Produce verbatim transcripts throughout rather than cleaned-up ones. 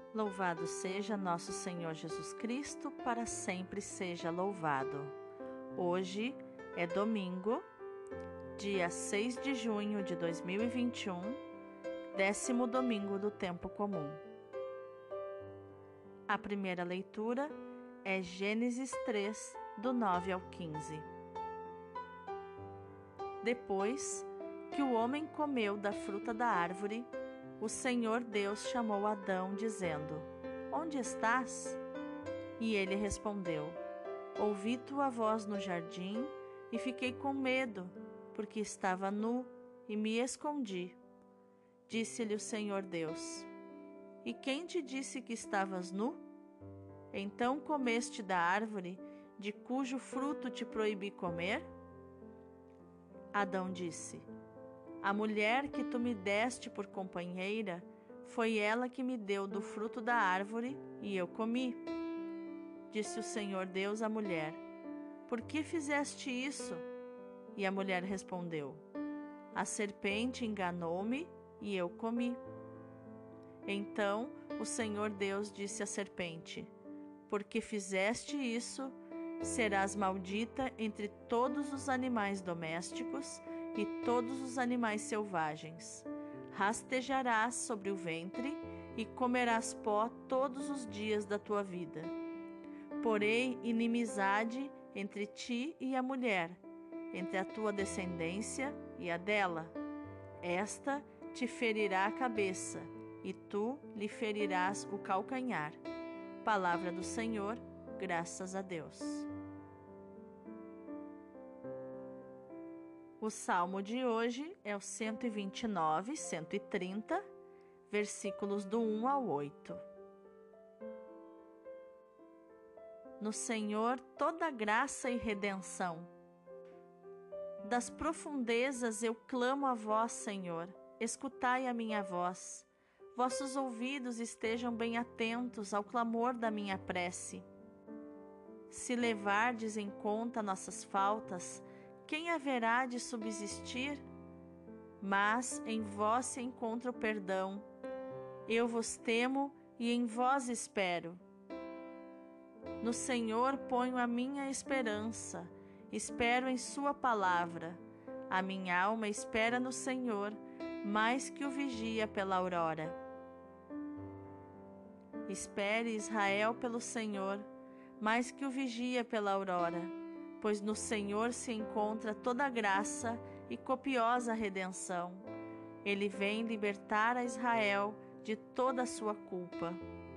Louvado seja nosso Senhor Jesus Cristo, para sempre seja louvado. Hoje é domingo, dia seis de junho de dois mil e vinte e um, décimo domingo do tempo comum. A primeira leitura é Gênesis três, do nove ao quinze. Depois que o homem comeu da fruta da árvore, o Senhor Deus chamou Adão, dizendo: Onde estás? E ele respondeu: Ouvi tua voz no jardim e fiquei com medo, porque estava nu e me escondi. Disse-lhe o Senhor Deus: E quem te disse que estavas nu? Então comeste da árvore de cujo fruto te proibi comer? Adão disse: A mulher que tu me deste por companheira, foi ela que me deu do fruto da árvore e eu comi. Disse o Senhor Deus à mulher: Por que fizeste isso? E a mulher respondeu: A serpente enganou-me e eu comi. Então o Senhor Deus disse à serpente: Porque fizeste isso, serás maldita entre todos os animais domésticos e todos os animais selvagens. Rastejarás sobre o ventre e comerás pó todos os dias da tua vida. Porém, inimizade entre ti e a mulher, entre a tua descendência e a dela. Esta te ferirá a cabeça, e tu lhe ferirás o calcanhar. Palavra do Senhor, graças a Deus. O salmo de hoje é o cento e vinte e nove, cento e trinta, versículos do um ao oito. No Senhor toda graça e redenção. Das profundezas eu clamo a vós, Senhor, escutai a minha voz. Vossos ouvidos estejam bem atentos ao clamor da minha prece. Se levardes em conta nossas faltas, quem haverá de subsistir? Mas em vós se encontra o perdão. Eu vos temo e em vós espero. No Senhor ponho a minha esperança, espero em sua palavra. A minha alma espera no Senhor, mais que o vigia pela aurora. Espere Israel pelo Senhor, mais que o vigia pela aurora, pois no Senhor se encontra toda graça e copiosa redenção. Ele vem libertar a Israel de toda a sua culpa.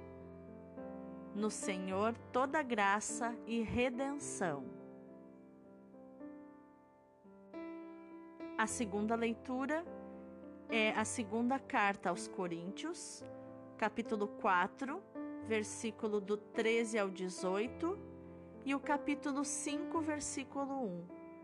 No Senhor toda graça e redenção. A segunda leitura é a segunda carta aos Coríntios, capítulo quatro, versículo do treze ao dezoito, e o capítulo cinco, versículo um.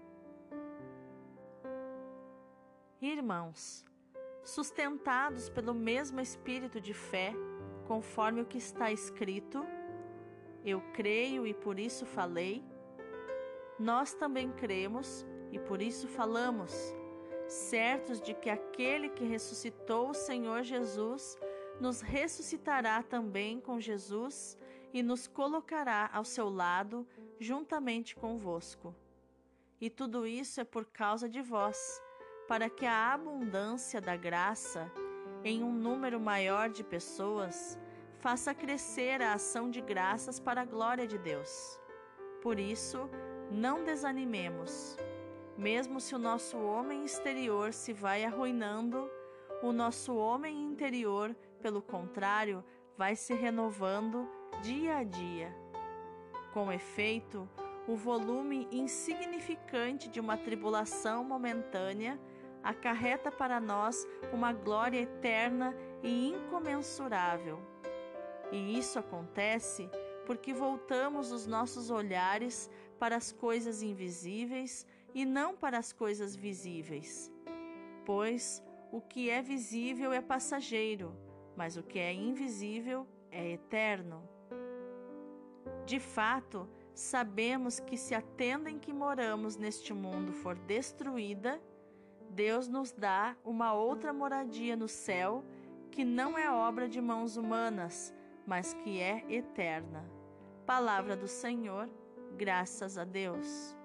Irmãos, sustentados pelo mesmo espírito de fé, conforme o que está escrito, eu creio e por isso falei, nós também cremos e por isso falamos, certos de que aquele que ressuscitou o Senhor Jesus nos ressuscitará também com Jesus e nos colocará ao seu lado juntamente convosco. E tudo isso é por causa de vós, para que a abundância da graça em um número maior de pessoas faça crescer a ação de graças para a glória de Deus. Por isso, não desanimemos. Mesmo se o nosso homem exterior se vai arruinando, o nosso homem interior, pelo contrário, vai se renovando dia a dia. Com efeito, o volume insignificante de uma tribulação momentânea acarreta para nós uma glória eterna e incomensurável. E isso acontece porque voltamos os nossos olhares para as coisas invisíveis e não para as coisas visíveis. Pois o que é visível é passageiro, mas o que é invisível é eterno. De fato, sabemos que se a tenda em que moramos neste mundo for destruída, Deus nos dá uma outra moradia no céu, que não é obra de mãos humanas, mas que é eterna. Palavra do Senhor, graças a Deus.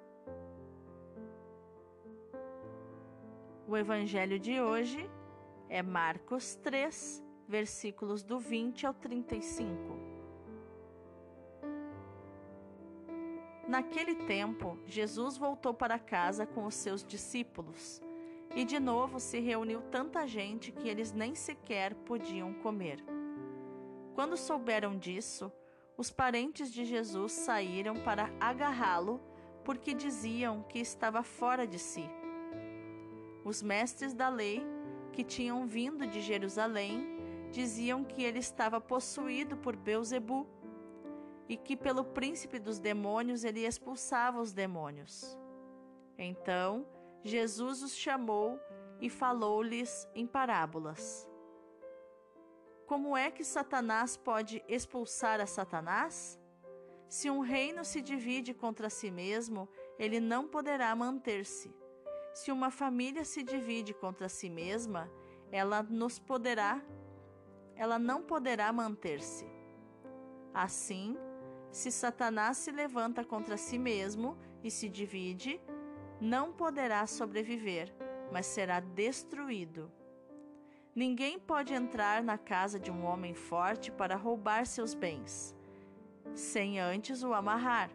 O evangelho de hoje é Marcos três, versículos do vinte ao trinta e cinco. Naquele tempo, Jesus voltou para casa com os seus discípulos, e de novo se reuniu tanta gente que eles nem sequer podiam comer. Quando souberam disso, os parentes de Jesus saíram para agarrá-lo, porque diziam que estava fora de si. Os mestres da lei, que tinham vindo de Jerusalém, diziam que ele estava possuído por Beelzebu e que pelo príncipe dos demônios ele expulsava os demônios. Então, Jesus os chamou e falou-lhes em parábolas. Como é que Satanás pode expulsar a Satanás? Se um reino se divide contra si mesmo, ele não poderá manter-se. Se uma família se divide contra si mesma, ela nos poderá, ela não poderá manter-se. Assim, se Satanás se levanta contra si mesmo e se divide, não poderá sobreviver, mas será destruído. Ninguém pode entrar na casa de um homem forte para roubar seus bens, sem antes o amarrar.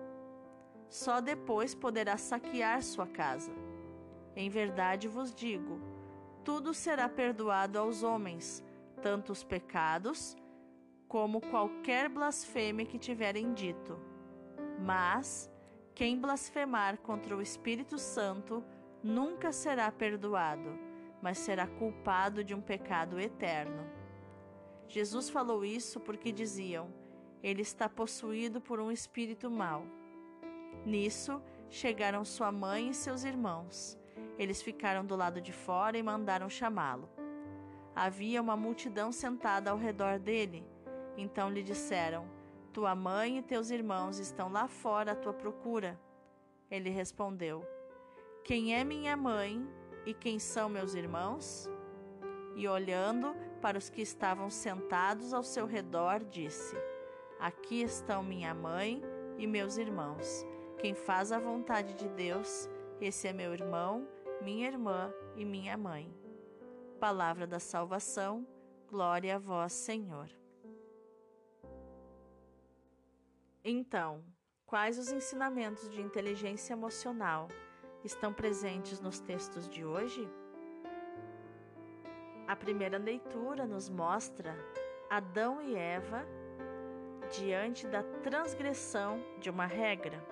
Só depois poderá saquear sua casa. Em verdade vos digo, tudo será perdoado aos homens, tanto os pecados, como qualquer blasfêmia que tiverem dito. Mas quem blasfemar contra o Espírito Santo nunca será perdoado, mas será culpado de um pecado eterno. Jesus falou isso porque diziam, ele está possuído por um espírito mau. Nisso, chegaram sua mãe e seus irmãos. Eles ficaram do lado de fora e mandaram chamá-lo. Havia uma multidão sentada ao redor dele. Então lhe disseram, tua mãe e teus irmãos estão lá fora à tua procura. Ele respondeu, quem é minha mãe e quem são meus irmãos? E olhando para os que estavam sentados ao seu redor, disse, aqui estão minha mãe e meus irmãos. Quem faz a vontade de Deus, esse é meu irmão, minha irmã e minha mãe. Palavra da salvação, glória a vós, Senhor. Então, quais os ensinamentos de inteligência emocional estão presentes nos textos de hoje? A primeira leitura nos mostra Adão e Eva diante da transgressão de uma regra.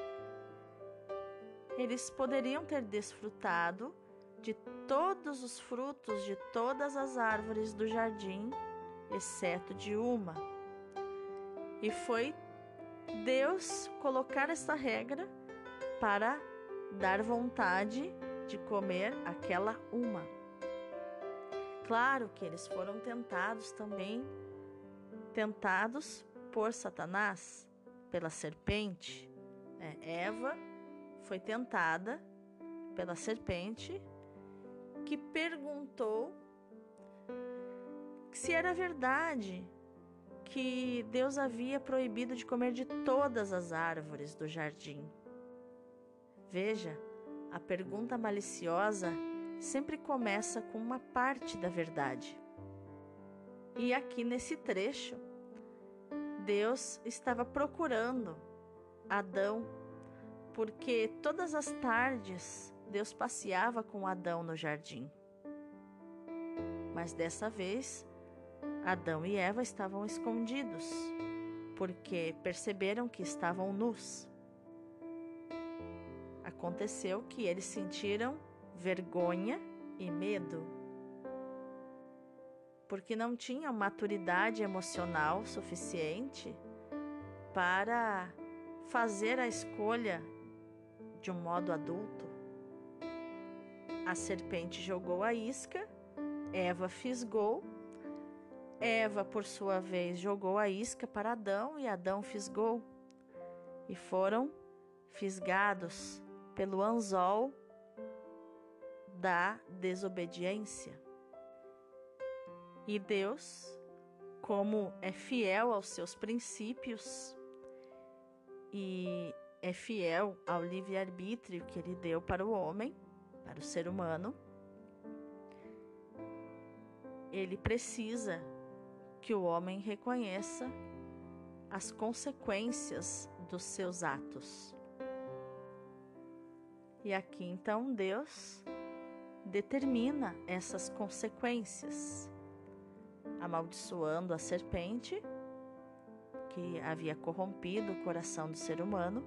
Eles poderiam ter desfrutado de todos os frutos de todas as árvores do jardim, exceto de uma. E foi Deus colocar essa regra para dar vontade de comer aquela uma. Claro que eles foram tentados também, tentados por Satanás, pela serpente. É, Eva foi tentada pela serpente, que perguntou se era verdade que Deus havia proibido de comer de todas as árvores do jardim. Veja, a pergunta maliciosa sempre começa com uma parte da verdade. E aqui nesse trecho, Deus estava procurando Adão, porque todas as tardes Deus passeava com Adão no jardim. Mas dessa vez, Adão e Eva estavam escondidos, porque perceberam que estavam nus. Aconteceu que eles sentiram vergonha e medo, porque não tinham maturidade emocional suficiente para fazer a escolha de um modo adulto. A serpente jogou a isca, Eva fisgou, Eva, por sua vez, jogou a isca para Adão e Adão fisgou. E foram fisgados pelo anzol da desobediência. E Deus como é fiel aos seus princípios e é fiel ao livre-arbítrio que ele deu para o homem, para o ser humano, ele precisa que o homem reconheça as consequências dos seus atos. E aqui então Deus determina essas consequências, amaldiçoando a serpente que havia corrompido o coração do ser humano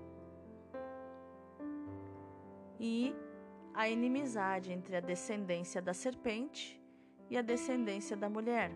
e a inimizade entre a descendência da serpente e a descendência da mulher.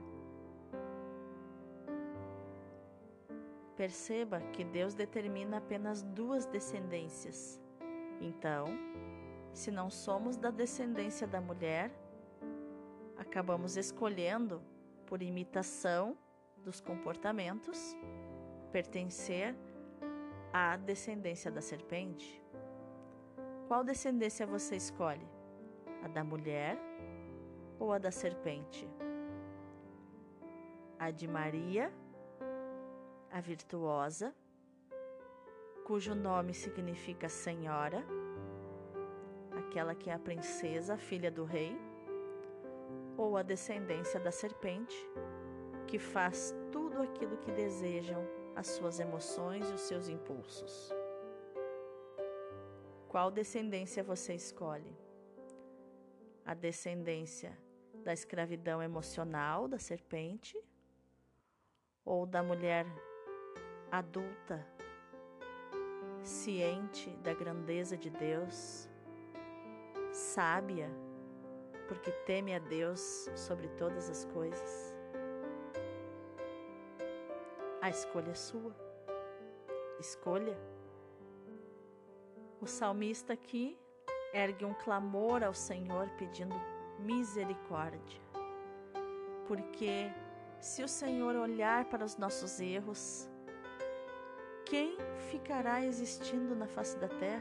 Perceba que Deus determina apenas duas descendências. Então, se não somos da descendência da mulher, acabamos escolhendo, por imitação dos comportamentos, pertencer à descendência da serpente. Qual descendência você escolhe? A da mulher ou a da serpente? A de Maria, a virtuosa, cujo nome significa Senhora, aquela que é a princesa, a filha do rei, ou a descendência da serpente, que faz tudo aquilo que desejam as suas emoções e os seus impulsos? Qual descendência você escolhe? A descendência da escravidão emocional da serpente ou da mulher adulta, ciente da grandeza de Deus, sábia, porque teme a Deus sobre todas as coisas? A escolha é sua. Escolha. O salmista aqui ergue um clamor ao Senhor pedindo misericórdia, porque se o Senhor olhar para os nossos erros, quem ficará existindo na face da terra?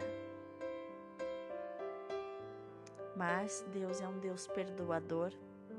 Mas Deus é um Deus perdoador,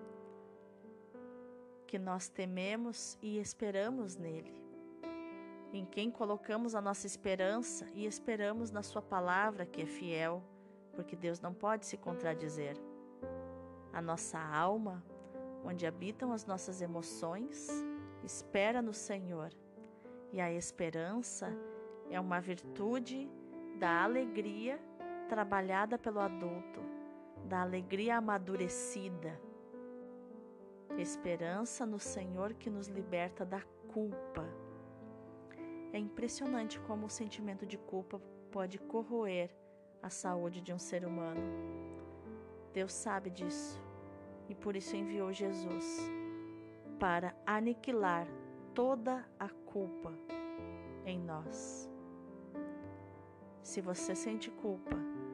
que nós tememos e esperamos nele, em quem colocamos a nossa esperança e esperamos na sua palavra, que é fiel, porque Deus não pode se contradizer. A nossa alma, onde habitam as nossas emoções, espera no Senhor, e a esperança é uma virtude da alegria trabalhada pelo adulto, da alegria amadurecida. Esperança no Senhor que nos liberta da culpa. É impressionante como o sentimento de culpa pode corroer a saúde de um ser humano. Deus sabe disso e por isso enviou Jesus para aniquilar toda a culpa em nós. Se você sente culpa,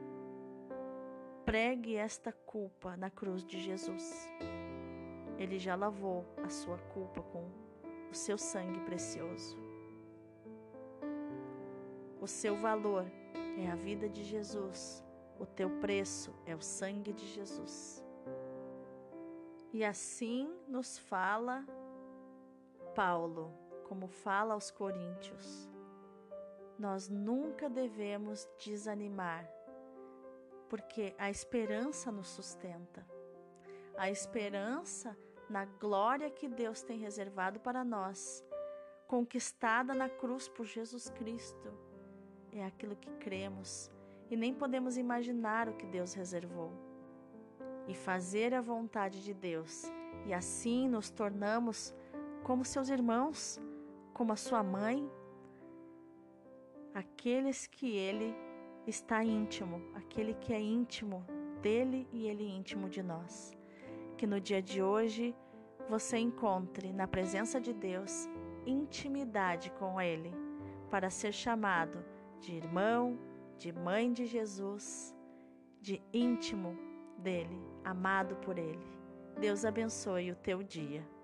pregue esta culpa na cruz de Jesus. Ele já lavou a sua culpa com o seu sangue precioso. O seu valor é a vida de Jesus. O teu preço é o sangue de Jesus. E assim nos fala Paulo, como fala aos Coríntios. Nós nunca devemos desanimar, porque a esperança nos sustenta. A esperança na glória que Deus tem reservado para nós, conquistada na cruz por Jesus Cristo, é aquilo que cremos e nem podemos imaginar o que Deus reservou. E fazer a vontade de Deus, e assim nos tornamos como seus irmãos, como a sua mãe, aqueles que Ele está íntimo, aquele que é íntimo dele e Ele íntimo de nós. Que no dia de hoje você encontre na presença de Deus intimidade com Ele, para ser chamado de irmão, de mãe de Jesus, de íntimo dele, amado por Ele. Deus abençoe o teu dia.